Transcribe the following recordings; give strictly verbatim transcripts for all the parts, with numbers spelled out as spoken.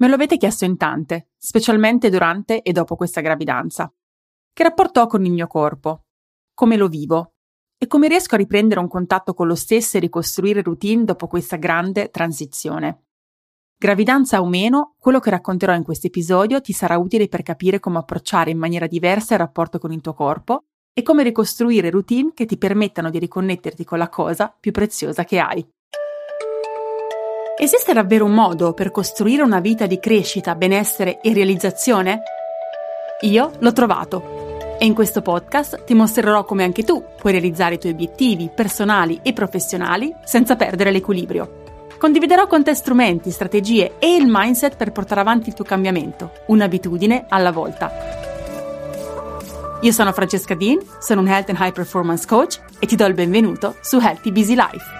Me lo avete chiesto in tante, specialmente durante e dopo questa gravidanza. Che rapporto ho con il mio corpo? Come lo vivo? E come riesco a riprendere un contatto con lo stesso e ricostruire routine dopo questa grande transizione? Gravidanza o meno, quello che racconterò in questo episodio ti sarà utile per capire come approcciare in maniera diversa il rapporto con il tuo corpo e come ricostruire routine che ti permettano di riconnetterti con la cosa più preziosa che hai. Esiste davvero un modo per costruire una vita di crescita, benessere e realizzazione? Io l'ho trovato e in questo podcast ti mostrerò come anche tu puoi realizzare i tuoi obiettivi personali e professionali senza perdere l'equilibrio. Condividerò con te strumenti, strategie e il mindset per portare avanti il tuo cambiamento, un'abitudine alla volta. Io sono Francesca Dean, sono un Health and High Performance Coach e ti do il benvenuto su Healthy Busy Life.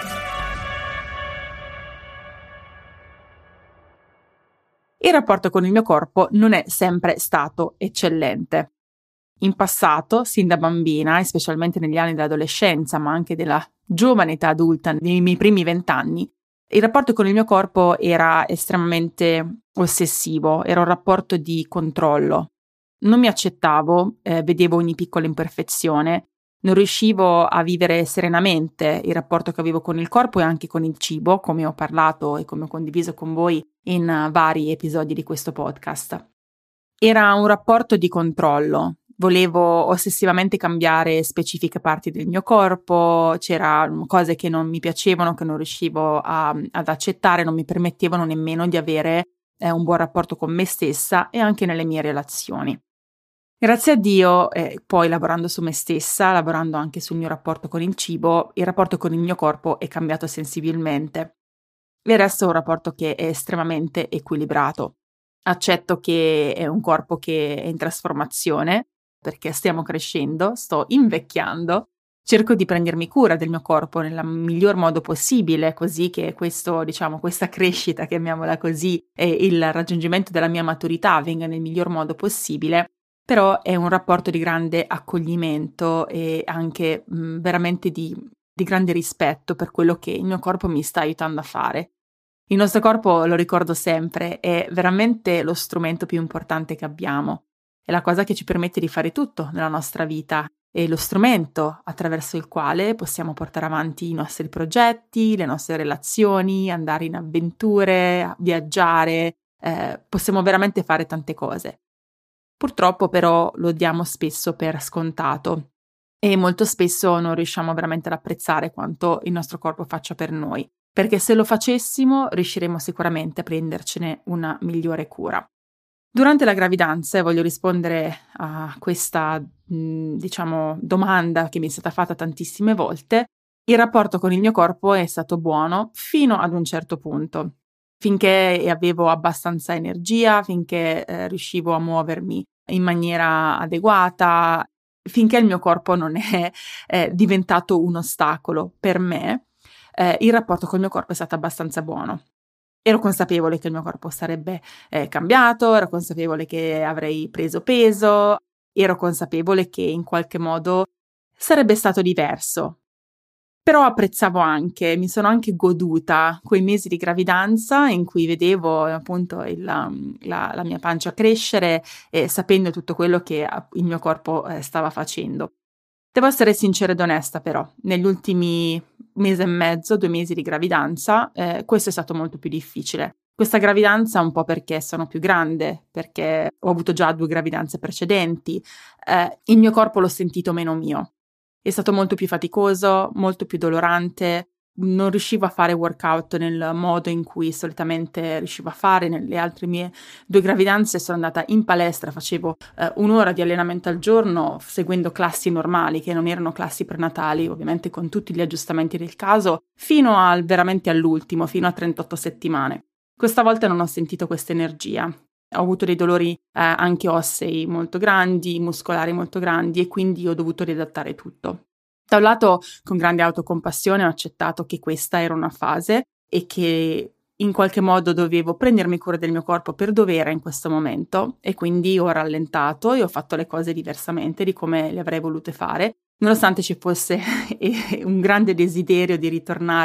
Il rapporto con il mio corpo non è sempre stato eccellente. In passato, sin da bambina, e specialmente negli anni dell'adolescenza, ma anche della giovane età adulta, nei miei primi vent'anni, il rapporto con il mio corpo era estremamente ossessivo, era un rapporto di controllo. Non mi accettavo, eh, vedevo ogni piccola imperfezione, non riuscivo a vivere serenamente il rapporto che avevo con il corpo e anche con il cibo, come ho parlato e come ho condiviso con voi in uh, vari episodi di questo podcast. Era un rapporto di controllo. Volevo ossessivamente cambiare specifiche parti del mio corpo, c'erano cose che non mi piacevano, che non riuscivo a, ad accettare, non mi permettevano nemmeno di avere eh, un buon rapporto con me stessa e anche nelle mie relazioni. Grazie a Dio, eh, poi lavorando su me stessa, lavorando anche sul mio rapporto con il cibo, il rapporto con il mio corpo è cambiato sensibilmente. E adesso è un rapporto che è estremamente equilibrato. Accetto che è un corpo che è in trasformazione, perché stiamo crescendo, sto invecchiando, cerco di prendermi cura del mio corpo nel miglior modo possibile, così che questo, diciamo, questa crescita, chiamiamola così, e il raggiungimento della mia maturità avvenga nel miglior modo possibile, però è un rapporto di grande accoglimento e anche mh, veramente di, di grande rispetto per quello che il mio corpo mi sta aiutando a fare. Il nostro corpo, lo ricordo sempre, è veramente lo strumento più importante che abbiamo. È la cosa che ci permette di fare tutto nella nostra vita, è lo strumento attraverso il quale possiamo portare avanti i nostri progetti, le nostre relazioni, andare in avventure, viaggiare, eh, possiamo veramente fare tante cose. Purtroppo però lo diamo spesso per scontato e molto spesso non riusciamo veramente ad apprezzare quanto il nostro corpo faccia per noi, perché se lo facessimo riusciremo sicuramente a prendercene una migliore cura. Durante la gravidanza, e voglio rispondere a questa, mh, diciamo, domanda che mi è stata fatta tantissime volte, il rapporto con il mio corpo è stato buono fino ad un certo punto, finché avevo abbastanza energia, finché eh, riuscivo a muovermi in maniera adeguata, finché il mio corpo non è eh, diventato un ostacolo per me, eh, il rapporto con il mio corpo è stato abbastanza buono. Ero consapevole che il mio corpo sarebbe eh, cambiato, ero consapevole che avrei preso peso, ero consapevole che in qualche modo sarebbe stato diverso. Però apprezzavo anche, mi sono anche goduta quei mesi di gravidanza in cui vedevo appunto il, la, la mia pancia crescere e sapendo tutto quello che il mio corpo eh, stava facendo. Devo essere sincera ed onesta però, negli ultimi mese e mezzo, due mesi di gravidanza, eh, questo è stato molto più difficile. Questa gravidanza un po' perché sono più grande, perché ho avuto già due gravidanze precedenti, eh, il mio corpo l'ho sentito meno mio. È stato molto più faticoso, molto più dolorante, non riuscivo a fare workout nel modo in cui solitamente riuscivo a fare. Nelle altre mie due gravidanze sono andata in palestra, facevo eh, un'ora di allenamento al giorno seguendo classi normali che non erano classi prenatali, ovviamente con tutti gli aggiustamenti del caso, fino al veramente all'ultimo, fino a trentotto settimane. Questa volta non ho sentito questa energia. Ho avuto dei dolori eh, anche ossei molto grandi, muscolari molto grandi e quindi ho dovuto riadattare tutto. Da un lato, con grande autocompassione, ho accettato che questa era una fase e che in qualche modo dovevo prendermi cura del mio corpo per dovere in questo momento e quindi ho rallentato e ho fatto le cose diversamente di come le avrei volute fare, nonostante ci fosse un grande desiderio di ritornare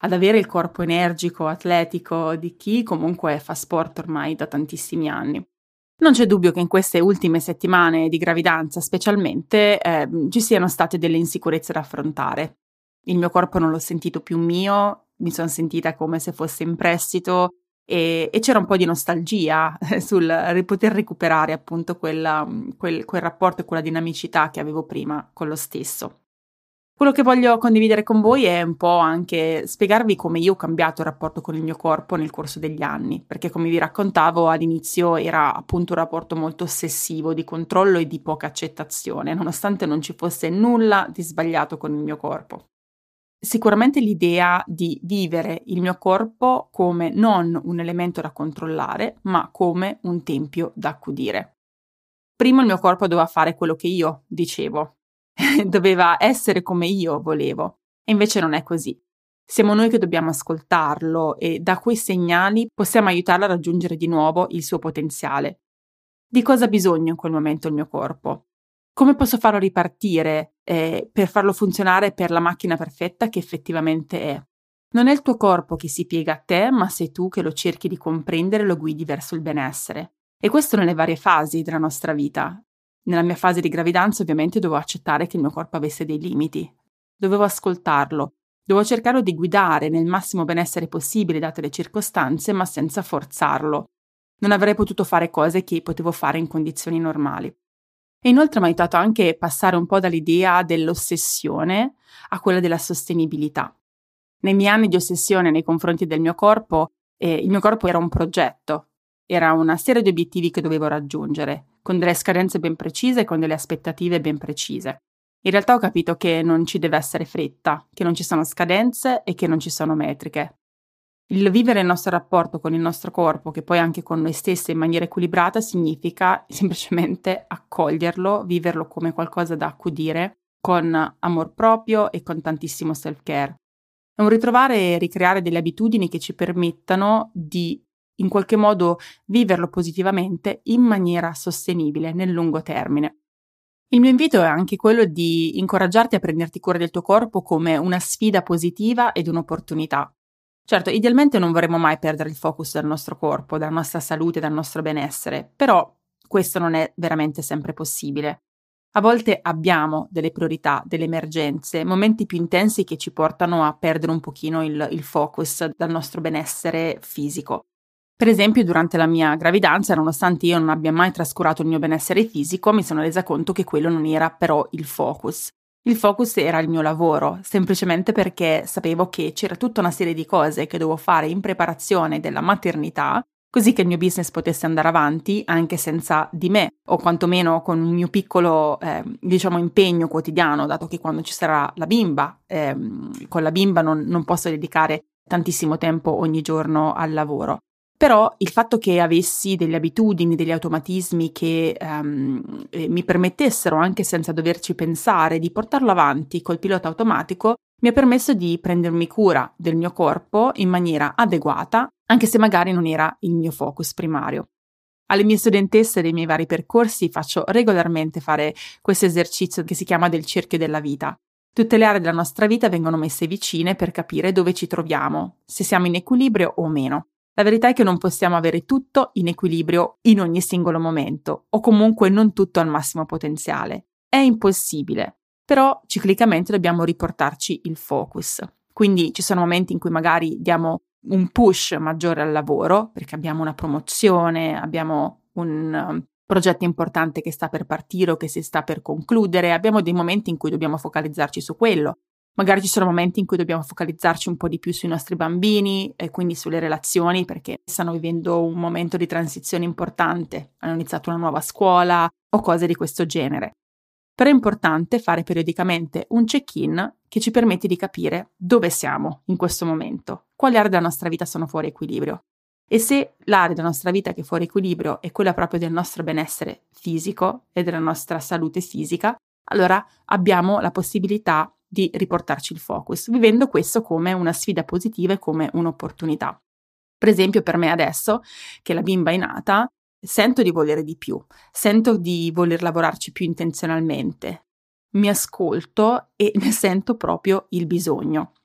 ad avere il corpo energico, atletico di chi comunque fa sport ormai da tantissimi anni. Non c'è dubbio che in queste ultime settimane di gravidanza specialmente eh, ci siano state delle insicurezze da affrontare. Il mio corpo non l'ho sentito più mio, mi sono sentita come se fosse in prestito e, e c'era un po' di nostalgia sul poter recuperare appunto quella, quel, quel rapporto e quella dinamicità che avevo prima con lo stesso. Quello che voglio condividere con voi è un po' anche spiegarvi come io ho cambiato il rapporto con il mio corpo nel corso degli anni, perché come vi raccontavo all'inizio era appunto un rapporto molto ossessivo, di controllo e di poca accettazione, nonostante non ci fosse nulla di sbagliato con il mio corpo. Sicuramente l'idea di vivere il mio corpo come non un elemento da controllare, ma come un tempio da accudire. Prima il mio corpo doveva fare quello che io dicevo. Doveva essere come io volevo, e invece non è così. Siamo noi che dobbiamo ascoltarlo e da quei segnali possiamo aiutarlo a raggiungere di nuovo il suo potenziale. Di cosa ha bisogno in quel momento il mio corpo? Come posso farlo ripartire eh, per farlo funzionare per la macchina perfetta che effettivamente è? Non è il tuo corpo che si piega a te, ma sei tu che lo cerchi di comprendere e lo guidi verso il benessere. E questo nelle varie fasi della nostra vita. Nella mia fase di gravidanza ovviamente dovevo accettare che il mio corpo avesse dei limiti. Dovevo ascoltarlo, dovevo cercarlo di guidare nel massimo benessere possibile date le circostanze, ma senza forzarlo. Non avrei potuto fare cose che potevo fare in condizioni normali. E inoltre mi ha aiutato anche a passare un po' dall'idea dell'ossessione a quella della sostenibilità. Nei miei anni di ossessione nei confronti del mio corpo, eh, il mio corpo era un progetto, era una serie di obiettivi che dovevo raggiungere, con delle scadenze ben precise e con delle aspettative ben precise. In realtà ho capito che non ci deve essere fretta, che non ci sono scadenze e che non ci sono metriche. Il vivere il nostro rapporto con il nostro corpo, che poi anche con noi stessi in maniera equilibrata, significa semplicemente accoglierlo, viverlo come qualcosa da accudire, con amor proprio e con tantissimo self-care. È un ritrovare e ricreare delle abitudini che ci permettano di in qualche modo viverlo positivamente in maniera sostenibile nel lungo termine. Il mio invito è anche quello di incoraggiarti a prenderti cura del tuo corpo come una sfida positiva ed un'opportunità. Certo, idealmente non vorremmo mai perdere il focus dal nostro corpo, dalla nostra salute, dal nostro benessere, però questo non è veramente sempre possibile. A volte abbiamo delle priorità, delle emergenze, momenti più intensi che ci portano a perdere un pochino il, il focus dal nostro benessere fisico. Per esempio, durante la mia gravidanza, nonostante io non abbia mai trascurato il mio benessere fisico, mi sono resa conto che quello non era però il focus. Il focus era il mio lavoro, semplicemente perché sapevo che c'era tutta una serie di cose che dovevo fare in preparazione della maternità, così che il mio business potesse andare avanti anche senza di me, o quantomeno con un mio piccolo, eh, diciamo, impegno quotidiano, dato che quando ci sarà la bimba, eh, con la bimba non, non posso dedicare tantissimo tempo ogni giorno al lavoro. Però il fatto che avessi delle abitudini, degli automatismi che um, eh, mi permettessero, anche senza doverci pensare, di portarlo avanti col pilota automatico, mi ha permesso di prendermi cura del mio corpo in maniera adeguata, anche se magari non era il mio focus primario. Alle mie studentesse dei miei vari percorsi faccio regolarmente fare questo esercizio che si chiama del cerchio della vita. Tutte le aree della nostra vita vengono messe vicine per capire dove ci troviamo, se siamo in equilibrio o meno. La verità è che non possiamo avere tutto in equilibrio in ogni singolo momento, o comunque non tutto al massimo potenziale. È impossibile, però ciclicamente dobbiamo riportarci il focus. Quindi ci sono momenti in cui magari diamo un push maggiore al lavoro, perché abbiamo una promozione, abbiamo un um, progetto importante che sta per partire o che si sta per concludere, abbiamo dei momenti in cui dobbiamo focalizzarci su quello. Magari ci sono momenti in cui dobbiamo focalizzarci un po' di più sui nostri bambini e quindi sulle relazioni perché stanno vivendo un momento di transizione importante, hanno iniziato una nuova scuola o cose di questo genere. Però è importante fare periodicamente un check-in che ci permette di capire dove siamo in questo momento, quali aree della nostra vita sono fuori equilibrio. E se l'area della nostra vita che è fuori equilibrio è quella proprio del nostro benessere fisico e della nostra salute fisica, allora abbiamo la possibilità di riportarci il focus, vivendo questo come una sfida positiva e come un'opportunità. Per esempio, per me adesso, che la bimba è nata, sento di volere di più, sento di voler lavorarci più intenzionalmente, mi ascolto e ne sento proprio il bisogno.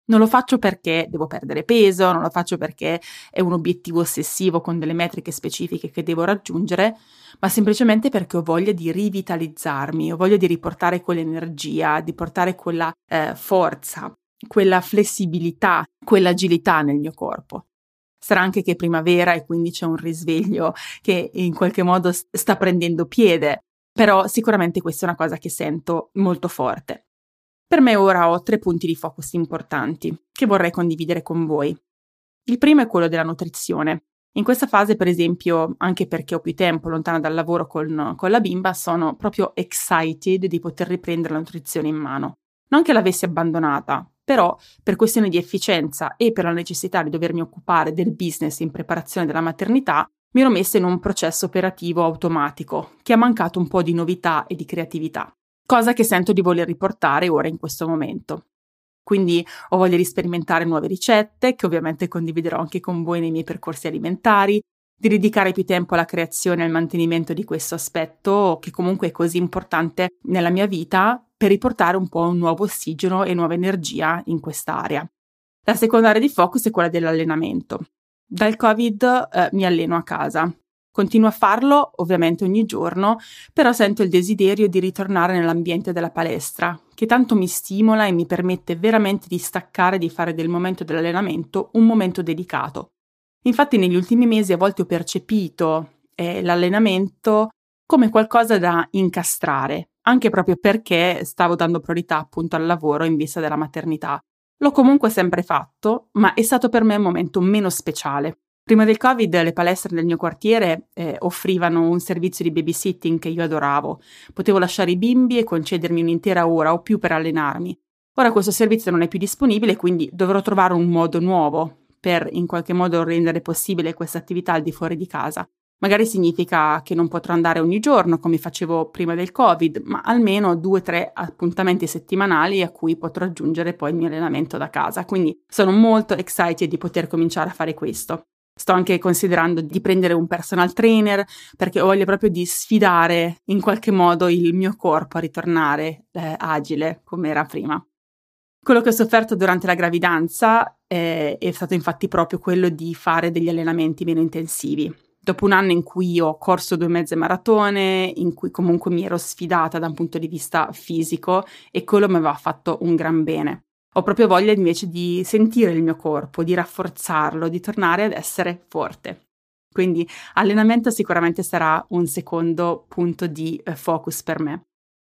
Non lo faccio perché devo perdere peso, non lo faccio perché è un obiettivo ossessivo con delle metriche specifiche che devo raggiungere, ma semplicemente perché ho voglia di rivitalizzarmi, ho voglia di riportare quell'energia, di portare quella eh, forza, quella flessibilità, quell'agilità nel mio corpo. Sarà anche che è primavera e quindi c'è un risveglio che in qualche modo sta prendendo piede, però sicuramente questa è una cosa che sento molto forte. Per me ora ho tre punti di focus importanti che vorrei condividere con voi. Il primo è quello della nutrizione. In questa fase, per esempio, anche perché ho più tempo lontana dal lavoro con, con la bimba, sono proprio excited di poter riprendere la nutrizione in mano. Non che l'avessi abbandonata, però per questioni di efficienza e per la necessità di dovermi occupare del business in preparazione della maternità, mi ero messa in un processo operativo automatico che ha mancato un po' di novità e di creatività. Cosa che sento di voler riportare ora in questo momento. Quindi ho voglia di sperimentare nuove ricette, che ovviamente condividerò anche con voi nei miei percorsi alimentari, di dedicare più tempo alla creazione e al mantenimento di questo aspetto che comunque è così importante nella mia vita per riportare un po' un nuovo ossigeno e nuova energia in quest'area. La seconda area di focus è quella dell'allenamento. Dal Covid eh, mi alleno a casa. Continuo a farlo ovviamente ogni giorno, però sento il desiderio di ritornare nell'ambiente della palestra, che tanto mi stimola e mi permette veramente di staccare, di fare del momento dell'allenamento un momento dedicato. Infatti negli ultimi mesi a volte ho percepito eh, l'allenamento come qualcosa da incastrare, anche proprio perché stavo dando priorità appunto al lavoro in vista della maternità. L'ho comunque sempre fatto, ma è stato per me un momento meno speciale. Prima del Covid le palestre del mio quartiere eh, offrivano un servizio di babysitting che io adoravo. Potevo lasciare i bimbi e concedermi un'intera ora o più per allenarmi. Ora questo servizio non è più disponibile, quindi dovrò trovare un modo nuovo per in qualche modo rendere possibile questa attività al di fuori di casa. Magari significa che non potrò andare ogni giorno come facevo prima del Covid, ma almeno due o tre appuntamenti settimanali a cui potrò aggiungere poi il mio allenamento da casa. Quindi sono molto excited di poter cominciare a fare questo. Sto anche considerando di prendere un personal trainer perché voglio proprio di sfidare in qualche modo il mio corpo a ritornare eh, agile come era prima. Quello che ho sofferto durante la gravidanza eh, è stato infatti proprio quello di fare degli allenamenti meno intensivi. Dopo un anno in cui ho corso due mezze maratone, in cui comunque mi ero sfidata da un punto di vista fisico e quello mi aveva fatto un gran bene. Ho proprio voglia invece di sentire il mio corpo, di rafforzarlo, di tornare ad essere forte. Quindi allenamento sicuramente sarà un secondo punto di eh, focus per me.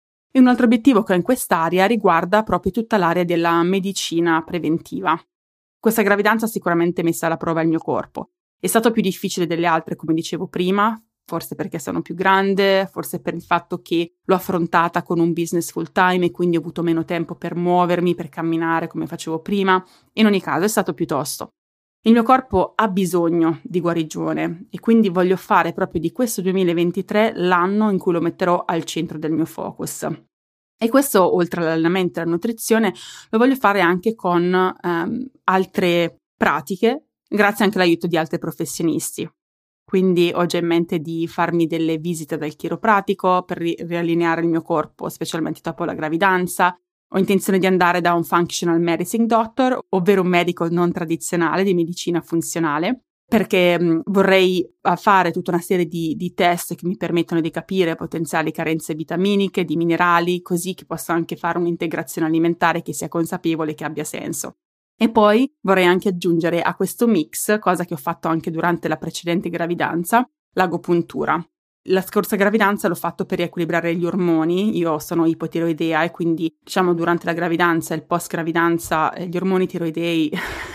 E un altro obiettivo che ho in quest'area riguarda proprio tutta l'area della medicina preventiva. Questa gravidanza ha sicuramente messa alla prova il mio corpo. È stato più difficile delle altre, come dicevo prima, forse perché sono più grande, forse per il fatto che l'ho affrontata con un business full time e quindi ho avuto meno tempo per muovermi, per camminare come facevo prima. In ogni caso è stato piuttosto. Il mio corpo ha bisogno di guarigione e quindi voglio fare proprio di questo duemilaventitré l'anno in cui lo metterò al centro del mio focus. E questo, oltre all'allenamento e alla nutrizione, lo voglio fare anche con ehm, altre pratiche, grazie anche all'aiuto di altri professionisti. Quindi ho già in mente di farmi delle visite dal chiropratico per ri- riallineare il mio corpo, specialmente dopo la gravidanza. Ho intenzione di andare da un functional medicine doctor, ovvero un medico non tradizionale di medicina funzionale, perché mh, vorrei fare tutta una serie di, di test che mi permettono di capire potenziali carenze vitaminiche, di minerali, così che posso anche fare un'integrazione alimentare che sia consapevole e che abbia senso. E poi vorrei anche aggiungere a questo mix, cosa che ho fatto anche durante la precedente gravidanza, l'agopuntura. La scorsa gravidanza l'ho fatto per riequilibrare gli ormoni, io sono ipotiroidea e quindi diciamo durante la gravidanza e il post gravidanza gli ormoni tiroidei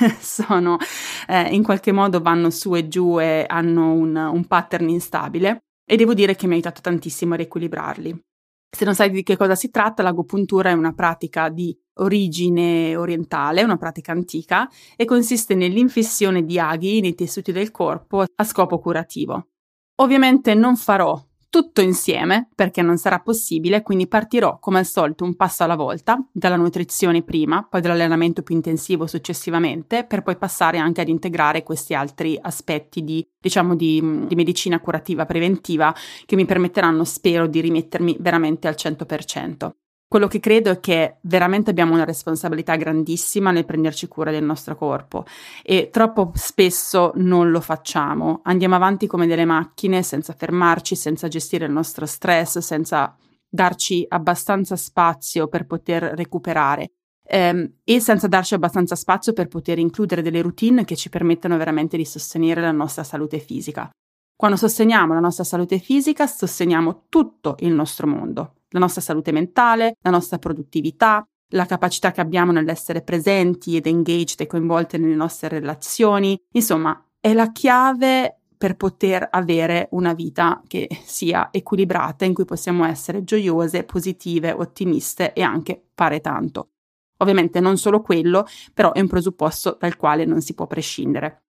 sono eh, in qualche modo vanno su e giù e hanno un, un pattern instabile e devo dire che mi ha aiutato tantissimo a riequilibrarli. Se non sai di che cosa si tratta, l'agopuntura è una pratica di origine orientale, una pratica antica e consiste nell'infissione di aghi nei tessuti del corpo a scopo curativo. Ovviamente non farò tutto insieme perché non sarà possibile, quindi partirò come al solito un passo alla volta, dalla nutrizione prima, poi dall'allenamento più intensivo successivamente, per poi passare anche ad integrare questi altri aspetti di, diciamo, di, di medicina curativa preventiva che mi permetteranno, spero, di rimettermi veramente al cento per cento. Quello che credo è che veramente abbiamo una responsabilità grandissima nel prenderci cura del nostro corpo e troppo spesso non lo facciamo. Andiamo avanti come delle macchine senza fermarci, senza gestire il nostro stress, senza darci abbastanza spazio per poter recuperare ehm, e senza darci abbastanza spazio per poter includere delle routine che ci permettano veramente di sostenere la nostra salute fisica. Quando sosteniamo la nostra salute fisica, sosteniamo tutto il nostro mondo. La nostra salute mentale, la nostra produttività, la capacità che abbiamo nell'essere presenti ed engaged e coinvolte nelle nostre relazioni. Insomma, è la chiave per poter avere una vita che sia equilibrata, in cui possiamo essere gioiose, positive, ottimiste e anche fare tanto. Ovviamente non solo quello, però è un presupposto dal quale non si può prescindere.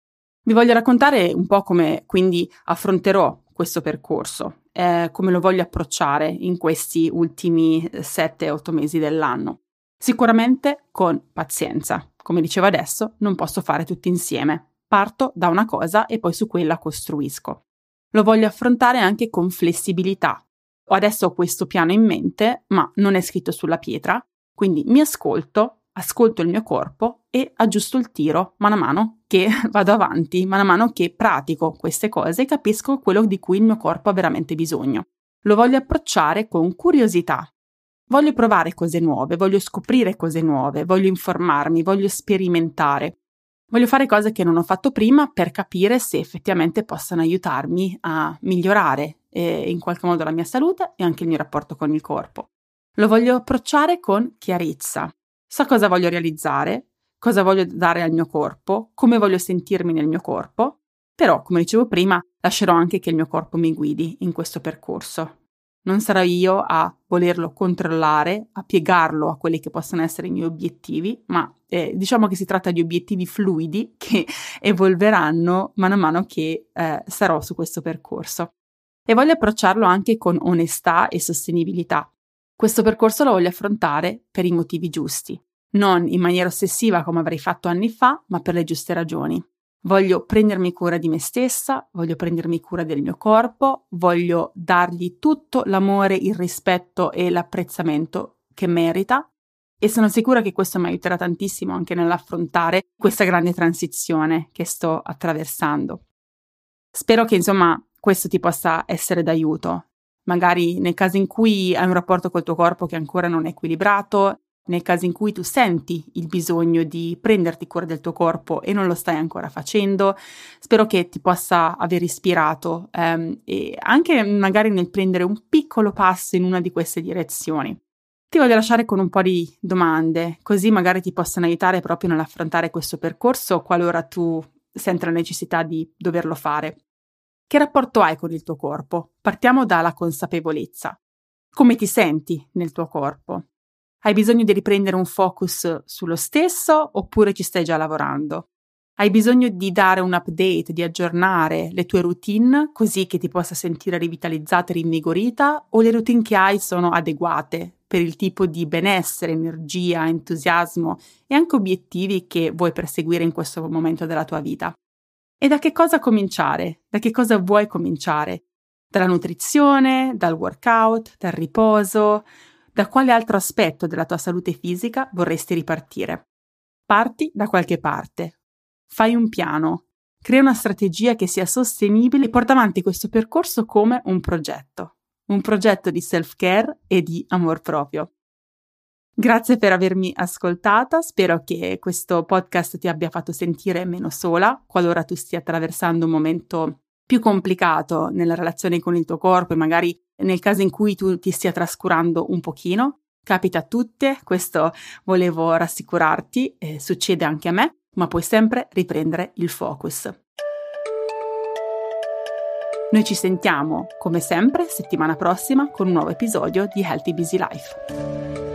Vi voglio raccontare un po' come quindi affronterò questo percorso, eh, come lo voglio approcciare in questi ultimi sette otto mesi dell'anno. Sicuramente con pazienza. Come dicevo adesso, non posso fare tutto insieme. Parto da una cosa e poi su quella costruisco. Lo voglio affrontare anche con flessibilità. Adesso ho questo piano in mente, ma non è scritto sulla pietra, quindi mi ascolto, ascolto il mio corpo e aggiusto il tiro mano a mano che vado avanti, mano a mano che pratico queste cose e capisco quello di cui il mio corpo ha veramente bisogno. Lo voglio approcciare con curiosità. Voglio provare cose nuove, voglio scoprire cose nuove, voglio informarmi, voglio sperimentare. Voglio fare cose che non ho fatto prima per capire se effettivamente possano aiutarmi a migliorare eh, in qualche modo la mia salute e anche il mio rapporto con il corpo. Lo voglio approcciare con chiarezza. So cosa voglio realizzare, cosa voglio dare al mio corpo, come voglio sentirmi nel mio corpo, però, come dicevo prima, lascerò anche che il mio corpo mi guidi in questo percorso. Non sarò io a volerlo controllare, a piegarlo a quelli che possono essere i miei obiettivi, ma eh, diciamo che si tratta di obiettivi fluidi che evolveranno man mano che eh, sarò su questo percorso. E voglio approcciarlo anche con onestà e sostenibilità. Questo percorso lo voglio affrontare per i motivi giusti, non in maniera ossessiva come avrei fatto anni fa, ma per le giuste ragioni. Voglio prendermi cura di me stessa, voglio prendermi cura del mio corpo, voglio dargli tutto l'amore, il rispetto e l'apprezzamento che merita e sono sicura che questo mi aiuterà tantissimo anche nell'affrontare questa grande transizione che sto attraversando. Spero che insomma questo ti possa essere d'aiuto. Magari nel caso in cui hai un rapporto col tuo corpo che ancora non è equilibrato, nel caso in cui tu senti il bisogno di prenderti cura del tuo corpo e non lo stai ancora facendo, spero che ti possa aver ispirato ehm, e anche magari nel prendere un piccolo passo in una di queste direzioni. Ti voglio lasciare con un po' di domande, così magari ti possano aiutare proprio nell'affrontare questo percorso qualora tu senta la necessità di doverlo fare. Che rapporto hai con il tuo corpo? Partiamo dalla consapevolezza. Come ti senti nel tuo corpo? Hai bisogno di riprendere un focus sullo stesso oppure ci stai già lavorando? Hai bisogno di dare un update, di aggiornare le tue routine così che ti possa sentire rivitalizzata e rinvigorita o le routine che hai sono adeguate per il tipo di benessere, energia, entusiasmo e anche obiettivi che vuoi perseguire in questo momento della tua vita? E da che cosa cominciare? Da che cosa vuoi cominciare? Dalla nutrizione, dal workout, dal riposo? Da quale altro aspetto della tua salute fisica vorresti ripartire? Parti da qualche parte. Fai un piano. Crea una strategia che sia sostenibile e porta avanti questo percorso come un progetto. Un progetto di self-care e di amor proprio. Grazie per avermi ascoltata, spero che questo podcast ti abbia fatto sentire meno sola, qualora tu stia attraversando un momento più complicato nella relazione con il tuo corpo e magari nel caso in cui tu ti stia trascurando un pochino. Capita a tutte, questo volevo rassicurarti, eh, succede anche a me, ma puoi sempre riprendere il focus. Noi ci sentiamo, come sempre, settimana prossima con un nuovo episodio di Healthy Busy Life.